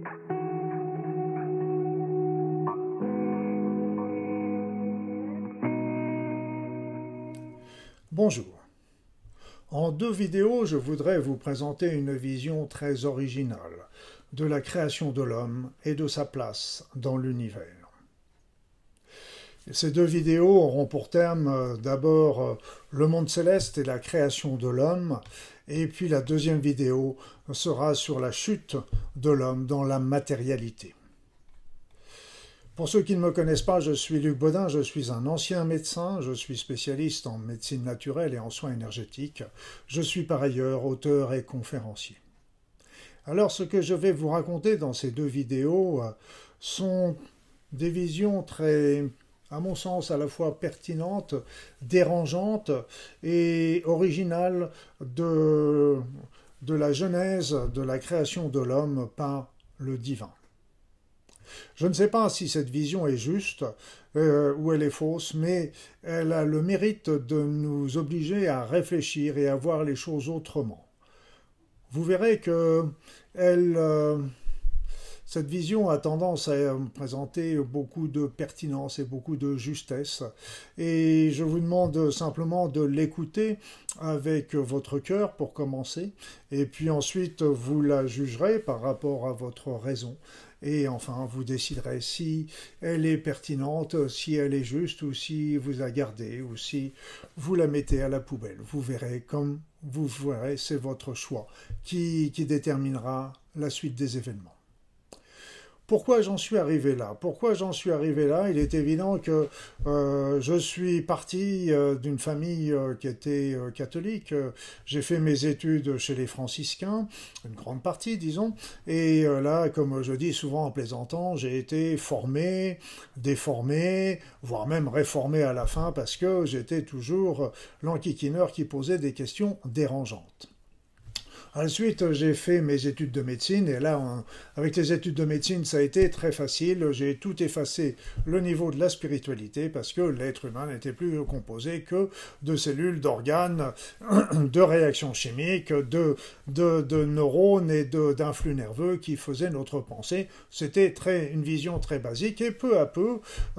Bonjour. En 2 vidéos, je voudrais vous présenter une vision très originale de la création de l'homme et de sa place dans l'univers. Ces 2 vidéos auront pour thème d'abord le monde céleste et la création de l'homme, et puis la deuxième vidéo sera sur la chute de l'homme dans la matérialité. Pour ceux qui ne me connaissent pas, je suis Luc Baudin, je suis un ancien médecin, je suis spécialiste en médecine naturelle et en soins énergétiques. Je suis par ailleurs auteur et conférencier. Alors ce que je vais vous raconter dans ces 2 vidéos sont des visions très, à mon sens, à la fois pertinentes, dérangeantes et originales de la genèse de la création de l'homme par le divin. Je ne sais pas si cette vision est juste ou elle est fausse, mais elle a le mérite de nous obliger à réfléchir et à voir les choses autrement. Vous verrez que cette vision a tendance à présenter beaucoup de pertinence et beaucoup de justesse, et je vous demande simplement de l'écouter avec votre cœur pour commencer, et puis ensuite vous la jugerez par rapport à votre raison. Et enfin, vous déciderez si elle est pertinente, si elle est juste, ou si vous la gardez, ou si vous la mettez à la poubelle. Vous verrez comme vous verrez, c'est votre choix qui déterminera la suite des événements. Pourquoi j'en suis arrivé là? Pourquoi j'en suis arrivé là? Il est évident que je suis parti d'une famille qui était catholique. J'ai fait mes études chez les franciscains, une grande partie, disons. Et là, comme je dis souvent en plaisantant, j'ai été formé, déformé, voire même réformé à la fin parce que j'étais toujours l'enquiquineur qui posait des questions dérangeantes. Ensuite, j'ai fait mes études de médecine, et là, avec les études de médecine, ça a été très facile. J'ai tout effacé le niveau de la spiritualité, parce que l'être humain n'était plus composé que de cellules, d'organes, de réactions chimiques, de neurones et d'influx nerveux qui faisaient notre pensée. C'était une vision très basique, et peu à peu,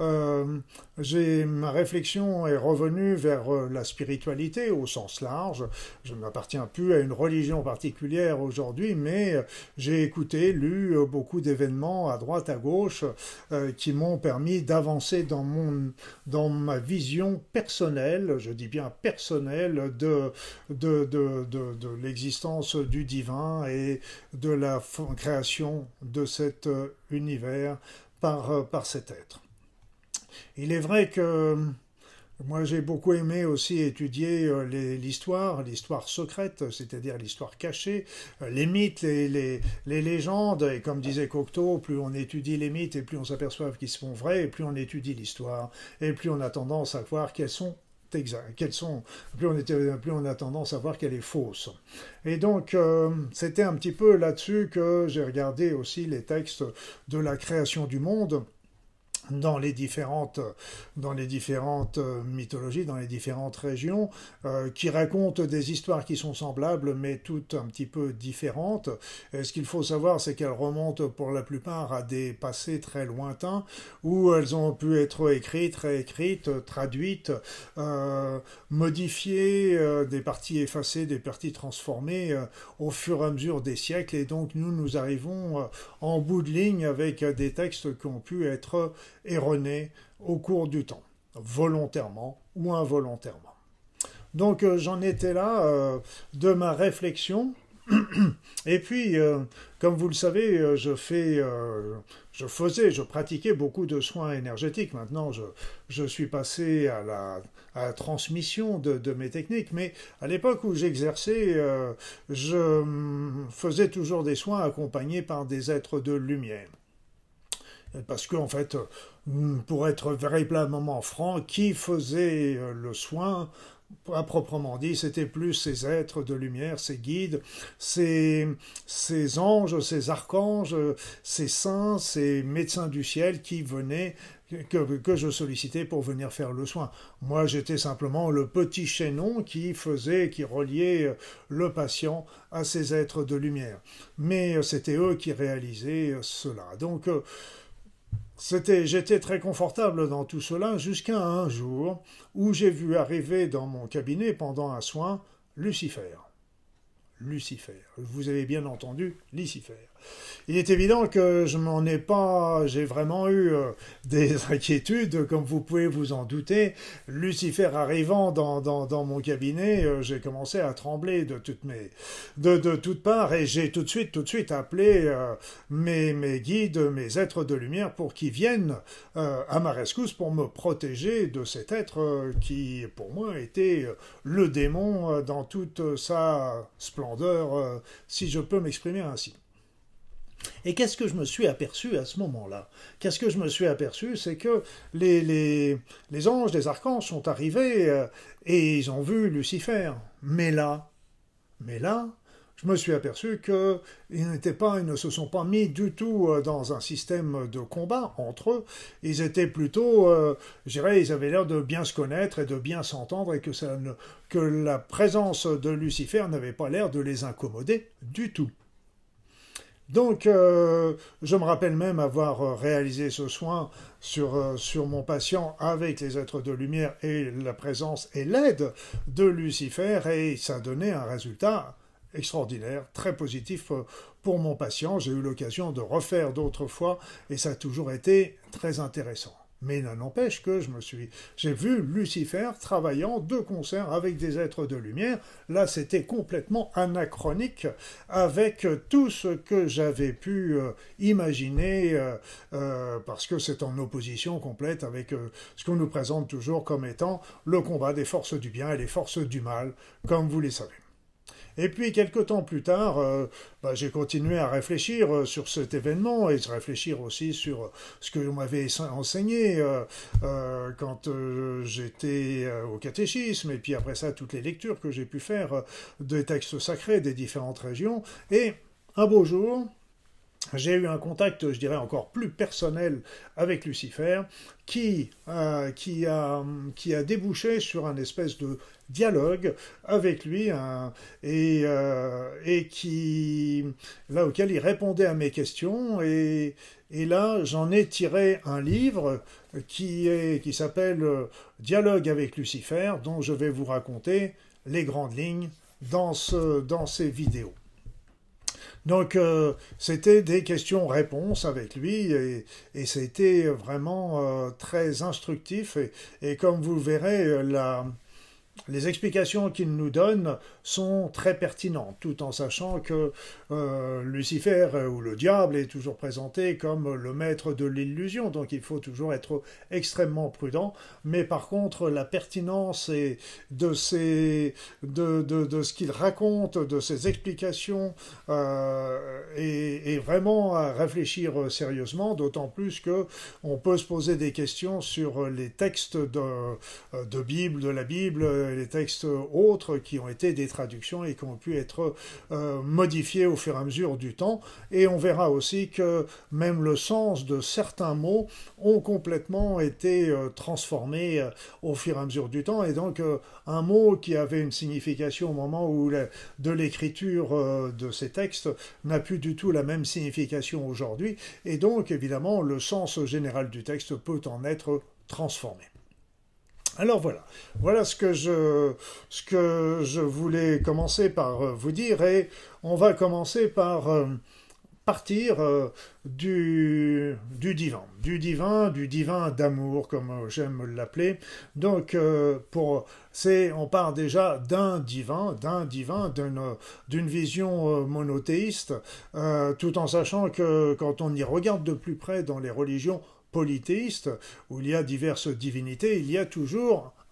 ma réflexion est revenue vers la spiritualité au sens large. Je ne m'appartiens plus à une religion particulière aujourd'hui, mais j'ai écouté, lu beaucoup d'événements à droite, à gauche, qui m'ont permis d'avancer dans ma vision personnelle, je dis bien personnelle, de l'existence du divin et de la création de cet univers par cet être. Il est vrai que moi, j'ai beaucoup aimé aussi étudier l'histoire secrète, c'est-à-dire l'histoire cachée, les mythes, les légendes, et comme disait Cocteau, plus on étudie les mythes et plus on s'aperçoit qu'ils sont vrais, et plus on étudie l'histoire, et plus on a tendance à voir qu'elles sont exactes, plus on a tendance à voir qu'elle est fausse. Et donc, c'était un petit peu là-dessus que j'ai regardé aussi les textes de la création du monde, dans les différentes mythologies, dans les différentes régions, qui racontent des histoires qui sont semblables, mais toutes un petit peu différentes. Et ce qu'il faut savoir, c'est qu'elles remontent pour la plupart à des passés très lointains, où elles ont pu être écrites, réécrites, traduites, modifiées, des parties effacées, des parties transformées au fur et à mesure des siècles. Et donc nous arrivons en bout de ligne avec des textes qui ont pu être erronés au cours du temps, volontairement ou involontairement. Donc j'en étais là de ma réflexion, et puis comme vous le savez, je pratiquais beaucoup de soins énergétiques. Maintenant je suis passé à la transmission de mes techniques, mais à l'époque où j'exerçais, je faisais toujours des soins accompagnés par des êtres de lumière. Parce qu'en fait, pour être véritablement franc, qui faisait le soin, à proprement dit, c'était plus ces êtres de lumière, ces guides, ces anges, ces archanges, ces saints, ces médecins du ciel qui venaient que je sollicitais pour venir faire le soin. Moi, j'étais simplement le petit chaînon qui reliait le patient à ces êtres de lumière. Mais c'était eux qui réalisaient cela. Donc, j'étais très confortable dans tout cela jusqu'à un jour où j'ai vu arriver dans mon cabinet pendant un soin Lucifer. Lucifer. Vous avez bien entendu, Lucifer. Il est évident que j'ai vraiment eu des inquiétudes, comme vous pouvez vous en douter. Lucifer arrivant dans mon cabinet, j'ai commencé à trembler de toutes parts, et j'ai tout de suite appelé mes guides, mes êtres de lumière, pour qu'ils viennent à ma rescousse pour me protéger de cet être qui, pour moi, était le démon dans toute sa splendeur, si je peux m'exprimer ainsi. Et qu'est-ce que je me suis aperçu à ce moment-là? Qu'est-ce que je me suis aperçu? C'est que les anges, les archanges sont arrivés et ils ont vu Lucifer. Mais là, je me suis aperçu qu'ils ne se sont pas mis du tout dans un système de combat entre eux. Ils étaient plutôt, je dirais, ils avaient l'air de bien se connaître et de bien s'entendre, et que la présence de Lucifer n'avait pas l'air de les incommoder du tout. Donc, je me rappelle même avoir réalisé ce soin sur mon patient avec les êtres de lumière et la présence et l'aide de Lucifer, et ça donnait un résultat extraordinaire, très positif pour mon patient. J'ai eu l'occasion de refaire d'autres fois et ça a toujours été très intéressant. Mais il n'empêche que j'ai vu Lucifer travaillant de concert avec des êtres de lumière. Là, c'était complètement anachronique avec tout ce que j'avais pu imaginer, parce que c'est en opposition complète avec ce qu'on nous présente toujours comme étant le combat des forces du bien et les forces du mal, comme vous les savez. Et puis, quelque temps plus tard, j'ai continué à réfléchir sur cet événement et à réfléchir aussi sur ce que l'on m'avait enseigné quand j'étais au catéchisme, et puis après ça, toutes les lectures que j'ai pu faire des textes sacrés des différentes régions. Et un beau jour, j'ai eu un contact, je dirais, encore plus personnel avec Lucifer, qui a débouché sur un espèce de dialogue avec lui, auquel il répondait à mes questions, et là j'en ai tiré un livre qui s'appelle Dialogue avec Lucifer, dont je vais vous raconter les grandes lignes dans ces vidéos. Donc, c'était des questions-réponses avec lui, et c'était vraiment très instructif, et comme vous le verrez, les explications qu'il nous donne sont très pertinentes, tout en sachant que Lucifer ou le diable est toujours présenté comme le maître de l'illusion, donc il faut toujours être extrêmement prudent. Mais par contre, la pertinence de ce qu'il raconte, de ses explications, est vraiment à réfléchir sérieusement, d'autant plus que on peut se poser des questions sur les textes de Bible, de la Bible, les textes autres qui ont été des traductions et qui ont pu être modifiés au fur et à mesure du temps. Et on verra aussi que même le sens de certains mots ont complètement été transformés au fur et à mesure du temps. Et donc un mot qui avait une signification au moment de l'écriture de ces textes n'a plus du tout la même signification aujourd'hui. Et donc évidemment le sens général du texte peut en être transformé. Alors voilà ce que je voulais commencer par vous dire, et on va commencer par partir du divin d'amour, comme j'aime l'appeler. Donc on part déjà d'un divin, d'une vision monothéiste, tout en sachant que quand on y regarde de plus près dans les religions polythéistes, où il y a diverses divinités, il y a toujours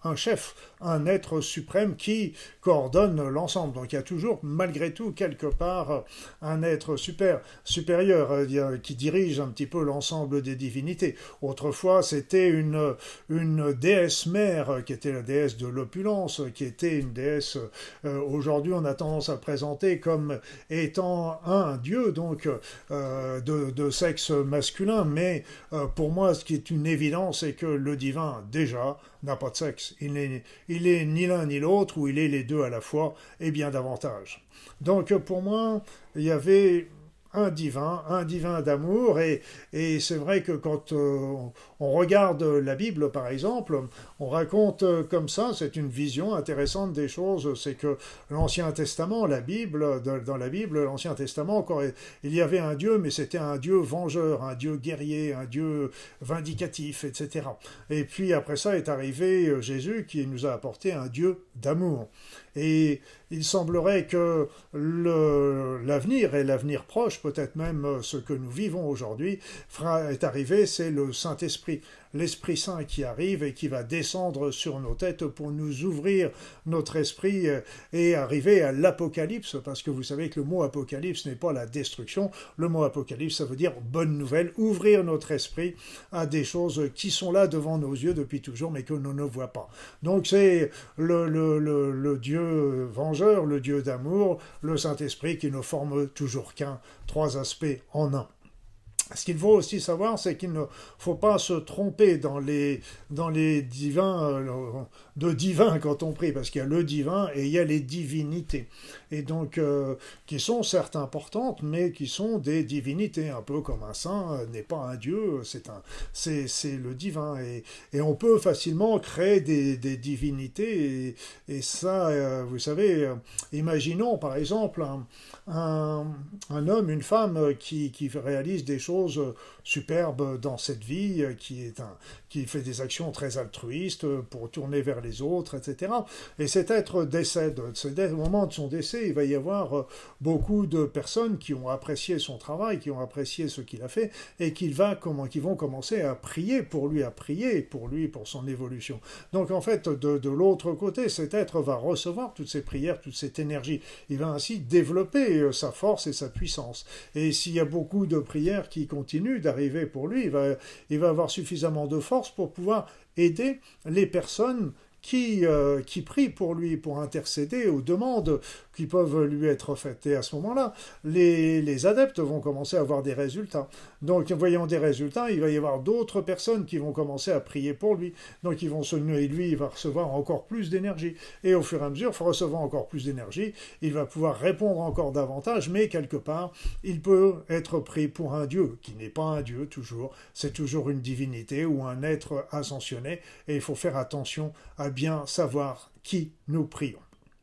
un chef, un être suprême qui coordonne l'ensemble. Donc il y a toujours, malgré tout, quelque part, un être supérieur qui dirige un petit peu l'ensemble des divinités. Autrefois, c'était une déesse mère qui était la déesse de l'opulence, qui était une déesse, aujourd'hui on a tendance à le présenter comme étant un dieu, donc de sexe masculin, mais pour moi ce qui est une évidence, c'est que le divin, déjà, n'a pas de sexe. Il est ni l'un ni l'autre, ou il est les deux à la fois, et bien davantage. Donc pour moi, il y avait un divin d'amour, et c'est vrai que quand on regarde la Bible, par exemple, on raconte comme ça, c'est une vision intéressante des choses, c'est que l'Ancien Testament, dans la Bible, l'Ancien Testament, encore, il y avait un Dieu, mais c'était un Dieu vengeur, un Dieu guerrier, un Dieu vindicatif, etc. Et puis après ça est arrivé Jésus qui nous a apporté un Dieu d'amour. Et il semblerait que l'avenir, et l'avenir proche, peut-être même ce que nous vivons aujourd'hui, est arrivé, c'est le Saint-Esprit. L'Esprit Saint qui arrive et qui va descendre sur nos têtes pour nous ouvrir notre esprit et arriver à l'apocalypse, parce que vous savez que le mot apocalypse n'est pas la destruction, le mot apocalypse ça veut dire bonne nouvelle, ouvrir notre esprit à des choses qui sont là devant nos yeux depuis toujours mais que l'on ne voit pas. Donc c'est le Dieu vengeur, le Dieu d'amour, le Saint-Esprit qui ne forme toujours qu'un, trois aspects en un. Ce qu'il faut aussi savoir, c'est qu'il ne faut pas se tromper dans les divins, de divins quand on prie, parce qu'il y a le divin et il y a les divinités. Et donc, qui sont certes importantes, mais qui sont des divinités, un peu comme un saint n'est pas un dieu, c'est le divin. Et on peut facilement créer des divinités, et ça, vous savez, imaginons par exemple un homme, une femme qui réalise des choses superbes dans cette vie, qui fait des actions très altruistes pour tourner vers les autres, etc. Et cet être décède. Au moment de son décès, il va y avoir beaucoup de personnes qui ont apprécié son travail, qui ont apprécié ce qu'il a fait, et qui vont commencer à prier pour lui, pour son évolution. Donc en fait, de l'autre côté, cet être va recevoir toutes ces prières, toute cette énergie. Il va ainsi développer sa force et sa puissance. Et s'il y a beaucoup de prières qui continuent d'arriver pour lui, il va avoir suffisamment de force pour pouvoir aider les personnes qui prient pour lui, pour intercéder aux demandes qui peuvent lui être faites. Et à ce moment-là, les adeptes vont commencer à avoir des résultats. Donc, voyant des résultats, il va y avoir d'autres personnes qui vont commencer à prier pour lui. Donc, lui, il va recevoir encore plus d'énergie. Et au fur et à mesure, recevant encore plus d'énergie, il va pouvoir répondre encore davantage, mais quelque part, il peut être pris pour un dieu, qui n'est pas un dieu toujours. C'est toujours une divinité ou un être ascensionné. Et il faut faire attention à bien savoir qui nous prions.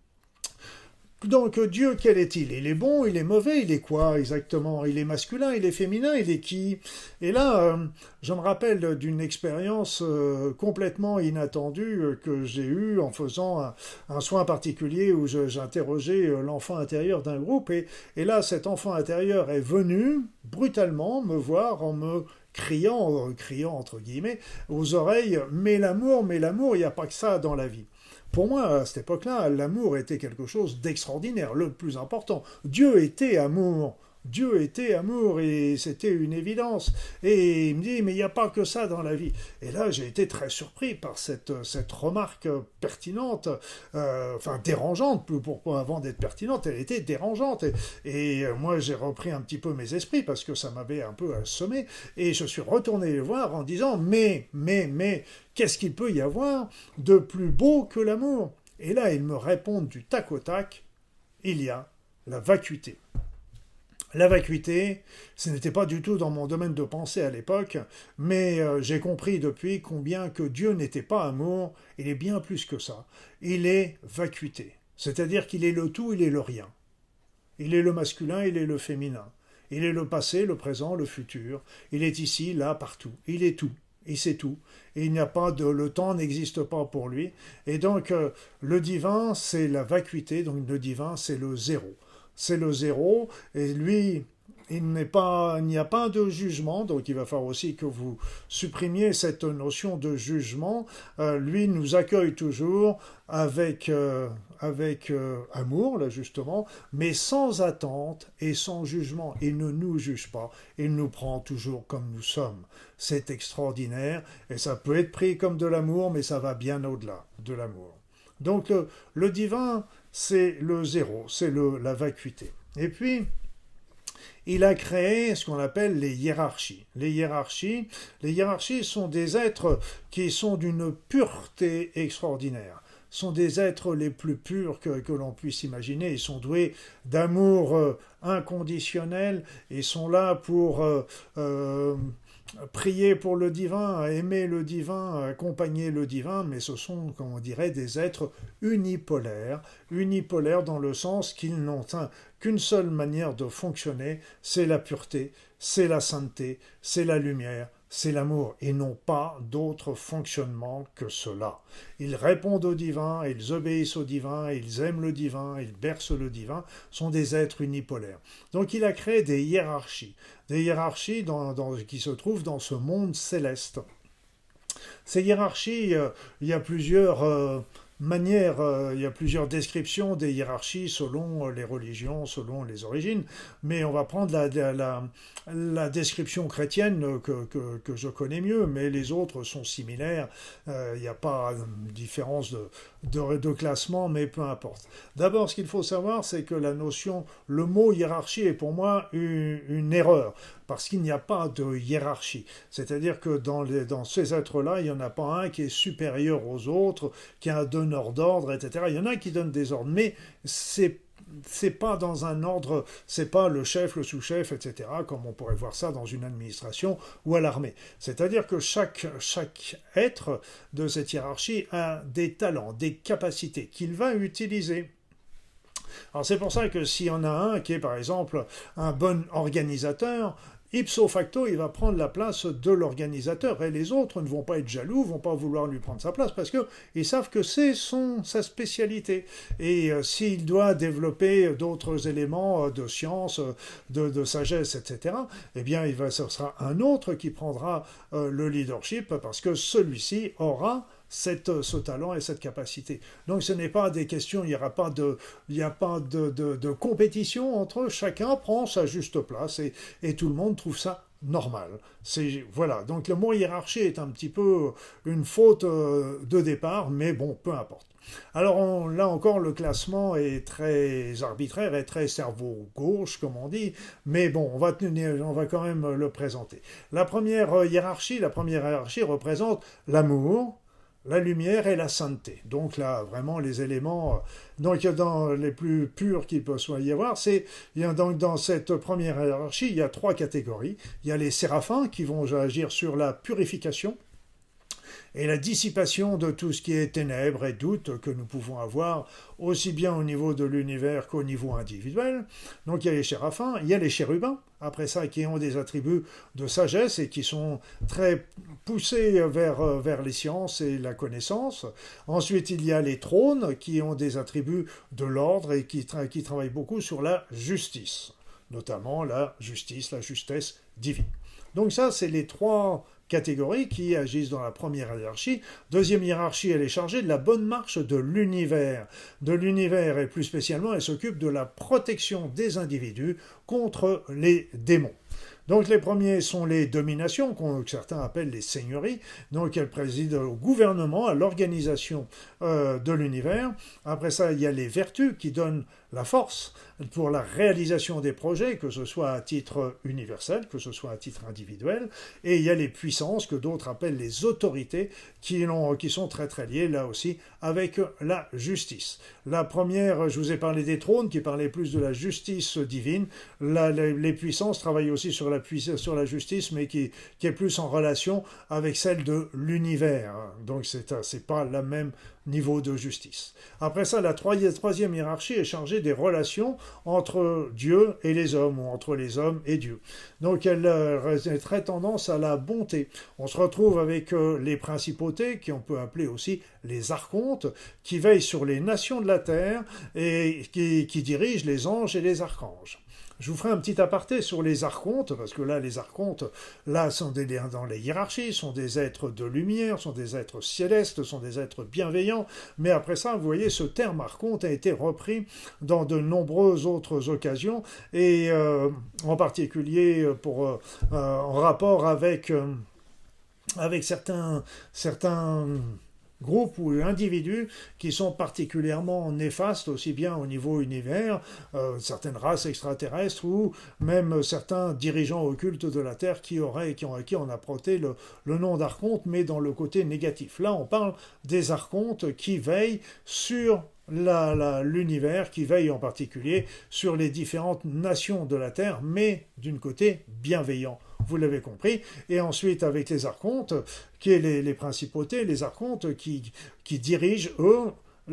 Donc Dieu, quel est-il? Il est bon, il est mauvais, il est quoi exactement? Il est masculin, il est féminin, il est qui? Et là, je me rappelle d'une expérience complètement inattendue que j'ai eue en faisant un soin particulier où j'interrogeais l'enfant intérieur d'un groupe. Et là, cet enfant intérieur est venu brutalement me voir en me criant entre guillemets, aux oreilles, mais l'amour, il n'y a pas que ça dans la vie. Pour moi, à cette époque-là, l'amour était quelque chose d'extraordinaire, le plus important. Dieu était amour. Dieu était amour et c'était une évidence. Et il me dit, mais il n'y a pas que ça dans la vie. Et là, j'ai été très surpris par cette remarque pertinente, enfin dérangeante, avant d'être pertinente, elle était dérangeante. Et moi, j'ai repris un petit peu mes esprits parce que ça m'avait un peu assommé. Et je suis retourné les voir en disant, mais, qu'est-ce qu'il peut y avoir de plus beau que l'amour? Et là, ils me répondent du tac au tac, il y a la vacuité. La vacuité, ce n'était pas du tout dans mon domaine de pensée à l'époque, mais j'ai compris depuis combien que Dieu n'était pas amour, il est bien plus que ça. Il est vacuité, c'est-à-dire qu'il est le tout, il est le rien. Il est le masculin, il est le féminin. Il est le passé, le présent, le futur. Il est ici, là, partout. Il est tout. Et c'est tout. Et il n'y a pas le temps n'existe pas pour lui. Et donc, le divin, c'est la vacuité. Donc, le divin, c'est le zéro. C'est le zéro. Et lui, il n'y a pas de jugement, donc il va falloir aussi que vous supprimiez cette notion de jugement. Lui nous accueille toujours avec amour, là justement, mais sans attente et sans jugement. Il ne nous juge pas, il nous prend toujours comme nous sommes. C'est extraordinaire, et ça peut être pris comme de l'amour, mais ça va bien au-delà de l'amour. Donc le divin, c'est le zéro, c'est la vacuité. Et puis, il a créé ce qu'on appelle les hiérarchies. Les hiérarchies sont des êtres qui sont d'une pureté extraordinaire. Sont des êtres les plus purs que l'on puisse imaginer. Ils sont doués d'amour inconditionnel. Ils sont là pour prier pour le divin, aimer le divin, accompagner le divin, mais ce sont, comme on dirait, des êtres unipolaires dans le sens qu'ils n'ont qu'une seule manière de fonctionner, c'est la pureté, c'est la sainteté, c'est la lumière, c'est l'amour, et n'ont pas d'autre fonctionnement que cela. Ils répondent au divin, ils obéissent au divin, ils aiment le divin, ils bercent le divin, sont des êtres unipolaires. Donc il a créé des hiérarchies qui se trouvent dans ce monde céleste. Ces hiérarchies, il y a plusieurs manières, il y a plusieurs descriptions des hiérarchies selon les religions, selon les origines, mais on va prendre la description chrétienne que je connais mieux, mais les autres sont similaires, il n'y a pas de différence de classement, mais peu importe. D'abord, ce qu'il faut savoir, c'est que le mot hiérarchie est pour moi une erreur, parce qu'il n'y a pas de hiérarchie. C'est-à-dire que dans ces êtres-là, il n'y en a pas un qui est supérieur aux autres, qui a un donneur d'ordre, etc. Il y en a qui donnent des ordres, mais c'est pas dans un ordre, c'est pas le chef, le sous-chef, etc., comme on pourrait voir ça dans une administration ou à l'armée. C'est-à-dire que chaque être de cette hiérarchie a des talents, des capacités qu'il va utiliser. Alors c'est pour ça que s'il y en a un qui est par exemple un bon organisateur, ipso facto, il va prendre la place de l'organisateur et les autres ne vont pas être jaloux, vont pas vouloir lui prendre sa place parce qu'ils savent que c'est sa spécialité. Et s'il doit développer d'autres éléments de science, de sagesse, etc., eh bien, ce sera un autre qui prendra le leadership parce que celui-ci aura ce talent et cette capacité. Donc ce n'est pas des questions, il n'y a pas de compétition entre eux, chacun prend sa juste place et tout le monde trouve ça normal. Voilà, donc le mot hiérarchie est un petit peu une faute de départ, mais bon, peu importe. Alors là encore, le classement est très arbitraire et très cerveau gauche, comme on dit, mais bon, on va quand même le présenter. La première hiérarchie représente l'amour, la lumière et la sainteté. Donc là, vraiment, les éléments dans les plus purs qu'il peut y avoir, donc dans cette première hiérarchie, il y a 3 catégories. Il y a les séraphins qui vont agir sur la purification et la dissipation de tout ce qui est ténèbres et doutes que nous pouvons avoir, aussi bien au niveau de l'univers qu'au niveau individuel. Donc il y a les séraphins, il y a les chérubins, après ça, qui ont des attributs de sagesse et qui sont très poussés vers les sciences et la connaissance. Ensuite, il y a les trônes, qui ont des attributs de l'ordre et qui travaillent beaucoup sur la justice, notamment la justesse divine. Donc ça, c'est les 3 catégories qui agissent dans la première hiérarchie. Deuxième hiérarchie, elle est chargée de la bonne marche de l'univers. Et plus spécialement, elle s'occupe de la protection des individus contre les démons. Donc les premiers sont les dominations, que certains appellent les seigneuries. Donc elles président au gouvernement, à l'organisation de l'univers. Après ça, il y a les vertus qui donnent la force pour la réalisation des projets, que ce soit à titre universel, que ce soit à titre individuel. Et il y a les puissances, que d'autres appellent les autorités, qui sont très très liées là aussi avec la justice. La première, je vous ai parlé des trônes, qui parlaient plus de la justice divine. Les puissances travaillent aussi sur la justice, mais qui est plus en relation avec celle de l'univers. Donc c'est pas le même niveau de justice. Après ça, la troisième hiérarchie est chargée des relations entre Dieu et les hommes, ou entre les hommes et Dieu. Donc elle est très tendance à la bonté. On se retrouve avec les principautés, qu'on peut appeler aussi les archontes, qui veillent sur les nations de la terre et qui dirigent les anges et les archanges. Je vous ferai un petit aparté sur les archontes, parce que là, les archontes, là, sont dans les hiérarchies, sont des êtres de lumière, sont des êtres célestes, sont des êtres bienveillants, mais après ça, vous voyez, ce terme archonte a été repris dans de nombreuses autres occasions, et en particulier en rapport avec certains groupes ou individus qui sont particulièrement néfastes, aussi bien au niveau univers, certaines races extraterrestres ou même certains dirigeants occultes de la Terre à qui on a prêté le nom d'archonte, mais dans le côté négatif. Là, on parle des archontes qui veillent sur l'univers, qui veille en particulier sur les différentes nations de la Terre, mais d'un côté bienveillant. Vous l'avez compris. Et ensuite, avec les archontes, qui est les principautés, les archontes qui dirigent, eux,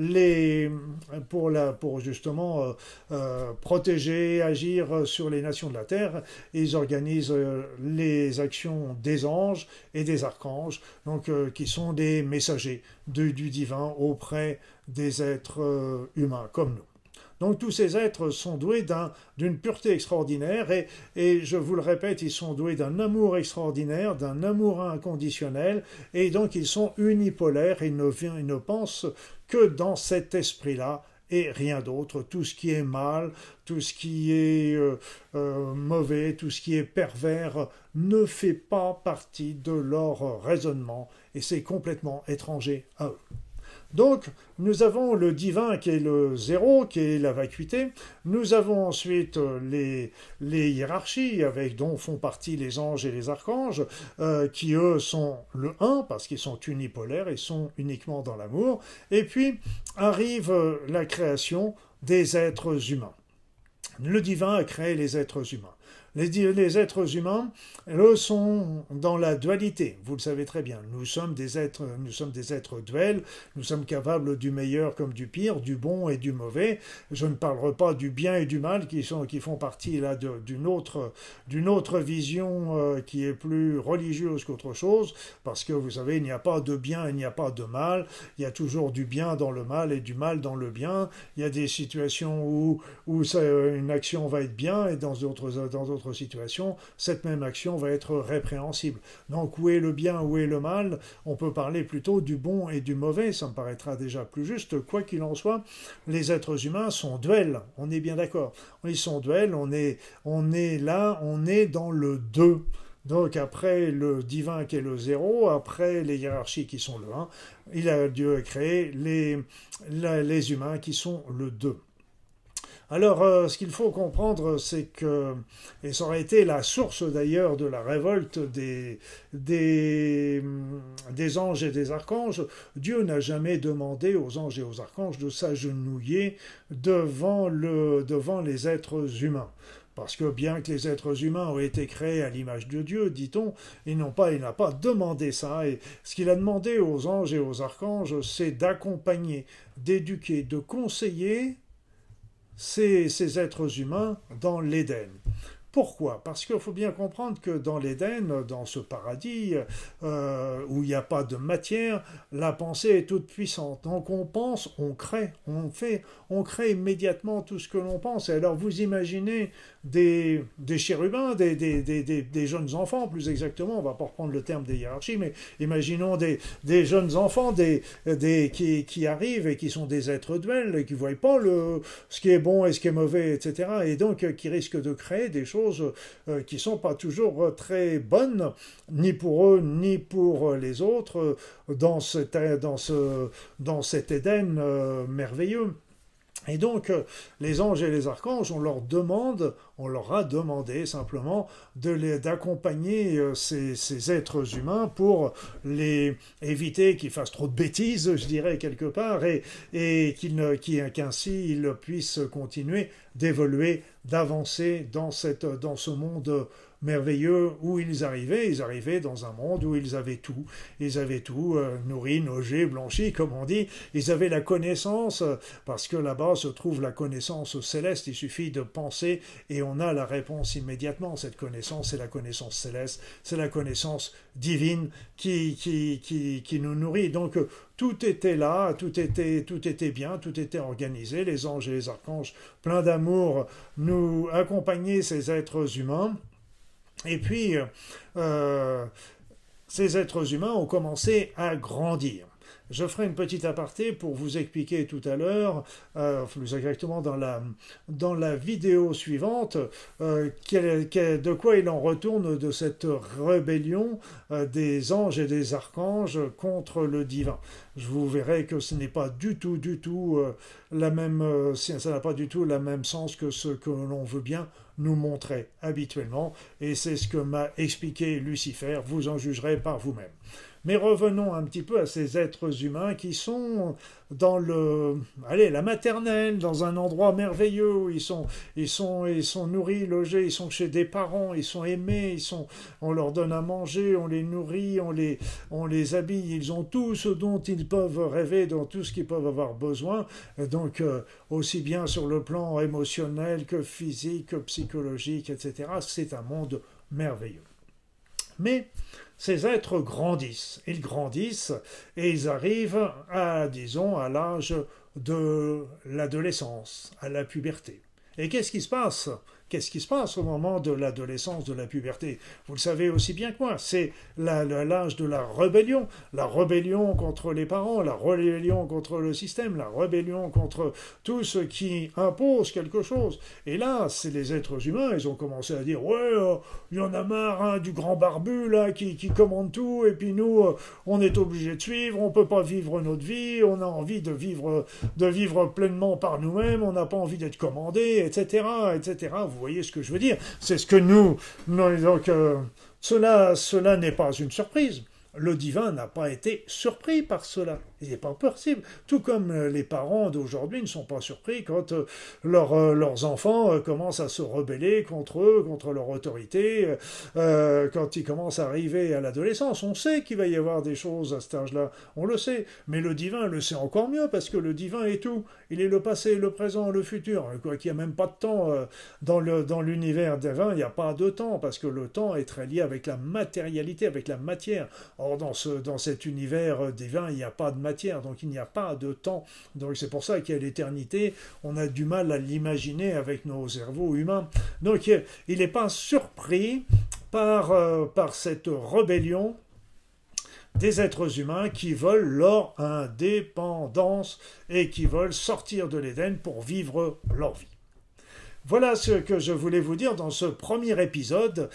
pour justement protéger, agir sur les nations de la Terre. Ils organisent les actions des anges et des archanges, donc qui sont des messagers du divin auprès des êtres humains comme nous. Donc tous ces êtres sont doués d'une pureté extraordinaire et je vous le répète, ils sont doués d'un amour extraordinaire, d'un amour inconditionnel et donc ils sont unipolaires, ils ne pensent que dans cet esprit-là et rien d'autre. Tout ce qui est mal, tout ce qui est mauvais, tout ce qui est pervers ne fait pas partie de leur raisonnement et c'est complètement étranger à eux. Donc, nous avons le divin qui est le zéro, qui est la vacuité. Nous avons ensuite les hiérarchies, dont font partie les anges et les archanges, qui eux sont le 1, parce qu'ils sont unipolaires, ils sont uniquement dans l'amour. Et puis arrive la création des êtres humains. Le divin a créé les êtres humains. Les êtres humains, eux, sont dans la dualité. Vous le savez très bien. Nous sommes des êtres duels. Nous sommes capables du meilleur comme du pire, du bon et du mauvais. Je ne parlerai pas du bien et du mal qui font partie là d'une autre vision qui est plus religieuse qu'autre chose, parce que vous savez, il n'y a pas de bien, il n'y a pas de mal. Il y a toujours du bien dans le mal et du mal dans le bien. Il y a des situations où une action va être bien et dans d'autres situations, cette même action va être répréhensible. Donc où est le bien, où est le mal? On peut parler plutôt du bon et du mauvais, ça me paraîtra déjà plus juste. Quoi qu'il en soit, les êtres humains sont duels, on est bien d'accord. Ils sont duels, on est là, on est dans le 2. Donc après le divin qui est le 0, après les hiérarchies qui sont le 1, Dieu a créé les humains qui sont le 2. Alors, ce qu'il faut comprendre, c'est que, et ça aurait été la source d'ailleurs de la révolte des anges et des archanges, Dieu n'a jamais demandé aux anges et aux archanges de s'agenouiller devant les êtres humains. Parce que bien que les êtres humains ont été créés à l'image de Dieu, dit-on, il n'a pas demandé ça. Et ce qu'il a demandé aux anges et aux archanges, c'est d'accompagner, d'éduquer, de conseiller ces êtres humains dans l'Éden. Pourquoi? Parce qu'il faut bien comprendre que dans l'Éden, dans ce paradis où il n'y a pas de matière, la pensée est toute puissante. Donc on pense, on crée, on crée immédiatement tout ce que l'on pense. Et alors vous imaginez des chérubins, des jeunes enfants, plus exactement, on ne va pas reprendre le terme des hiérarchies, mais imaginons des jeunes enfants qui arrivent et qui sont des êtres duels, et qui ne voient pas ce qui est bon et ce qui est mauvais, etc. Et donc qui risquent de créer des choses qui ne sont pas toujours très bonnes, ni pour eux, ni pour les autres, dans cet Éden merveilleux. Et donc, les anges et les archanges, on leur a demandé simplement d'accompagner ces êtres humains pour éviter qu'ils fassent trop de bêtises, je dirais, quelque part, et qu'ainsi ils puissent continuer d'évoluer, d'avancer dans ce monde merveilleux où ils arrivaient dans un monde où ils avaient tout, nourri, logé, blanchi, comme on dit, ils avaient la connaissance, parce que là-bas se trouve la connaissance céleste, il suffit de penser et on a la réponse immédiatement. Cette connaissance, c'est la connaissance céleste, c'est la connaissance divine qui nous nourrit. Donc tout était là, tout était bien, tout était organisé. Les anges et les archanges, pleins d'amour, nous accompagnaient ces êtres humains. Et puis, ces êtres humains ont commencé à grandir. Je ferai une petite aparté pour vous expliquer tout à l'heure, plus exactement dans la vidéo suivante, de quoi il en retourne de cette rébellion des anges et des archanges contre le divin. Je vous verrai que ce n'est pas du tout la même, ça n'a pas du tout la même sens que ce que l'on veut bien nous montrer habituellement, et c'est ce que m'a expliqué Lucifer. Vous en jugerez par vous-même. Mais revenons un petit peu à ces êtres humains qui sont dans la maternelle, dans un endroit merveilleux où ils sont nourris, logés, ils sont chez des parents, ils sont aimés, on leur donne à manger, on les nourrit, on les habille, ils ont tout ce dont ils peuvent rêver, dans tout ce qu'ils peuvent avoir besoin, donc aussi bien sur le plan émotionnel que physique, que psychologique, etc. C'est un monde merveilleux. Mais ces êtres grandissent, ils grandissent et ils arrivent disons, à l'âge de l'adolescence, à la puberté. Et qu'est-ce qui se passe? Qu'est-ce qui se passe au moment de l'adolescence, de la puberté? Vous le savez aussi bien que moi, c'est l'âge de la rébellion contre les parents, la rébellion contre le système, la rébellion contre tout ce qui impose quelque chose. Et là, c'est les êtres humains, ils ont commencé à dire « Ouais, il y en a marre hein, du grand barbu là qui commande tout, et puis nous, on est obligé de suivre, on ne peut pas vivre notre vie, on a envie de vivre pleinement par nous-mêmes, on n'a pas envie d'être commandé, etc. etc. » Vous voyez ce que je veux dire? C'est ce que nous donc, cela n'est pas une surprise. Le divin n'a pas été surpris par cela. Il n'est pas possible. Tout comme les parents d'aujourd'hui ne sont pas surpris quand leurs enfants commencent à se rebeller contre eux, contre leur autorité, quand ils commencent à arriver à l'adolescence. On sait qu'il va y avoir des choses à cet âge-là, on le sait. Mais le divin le sait encore mieux, parce que le divin est tout. Il est le passé, le présent, le futur. Quoi qu'il n'y a même pas de temps dans l'univers divin, il n'y a pas de temps, parce que le temps est très lié avec la matérialité, avec la matière. Or, dans cet univers divin, il n'y a pas de matière, donc il n'y a pas de temps. Donc c'est pour ça qu'il y a l'éternité, on a du mal à l'imaginer avec nos cerveaux humains. Donc il n'est pas surpris par cette rébellion des êtres humains qui veulent leur indépendance et qui veulent sortir de l'Éden pour vivre leur vie. Voilà ce que je voulais vous dire dans ce premier épisode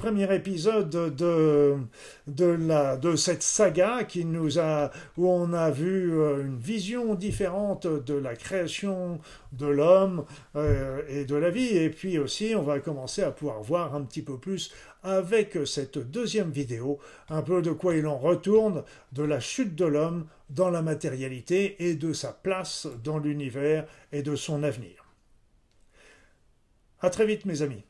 de cette saga où on a vu une vision différente de la création de l'homme et de la vie. Et puis aussi, on va commencer à pouvoir voir un petit peu plus avec cette deuxième vidéo, un peu de quoi il en retourne de la chute de l'homme dans la matérialité et de sa place dans l'univers et de son avenir. À très vite mes amis.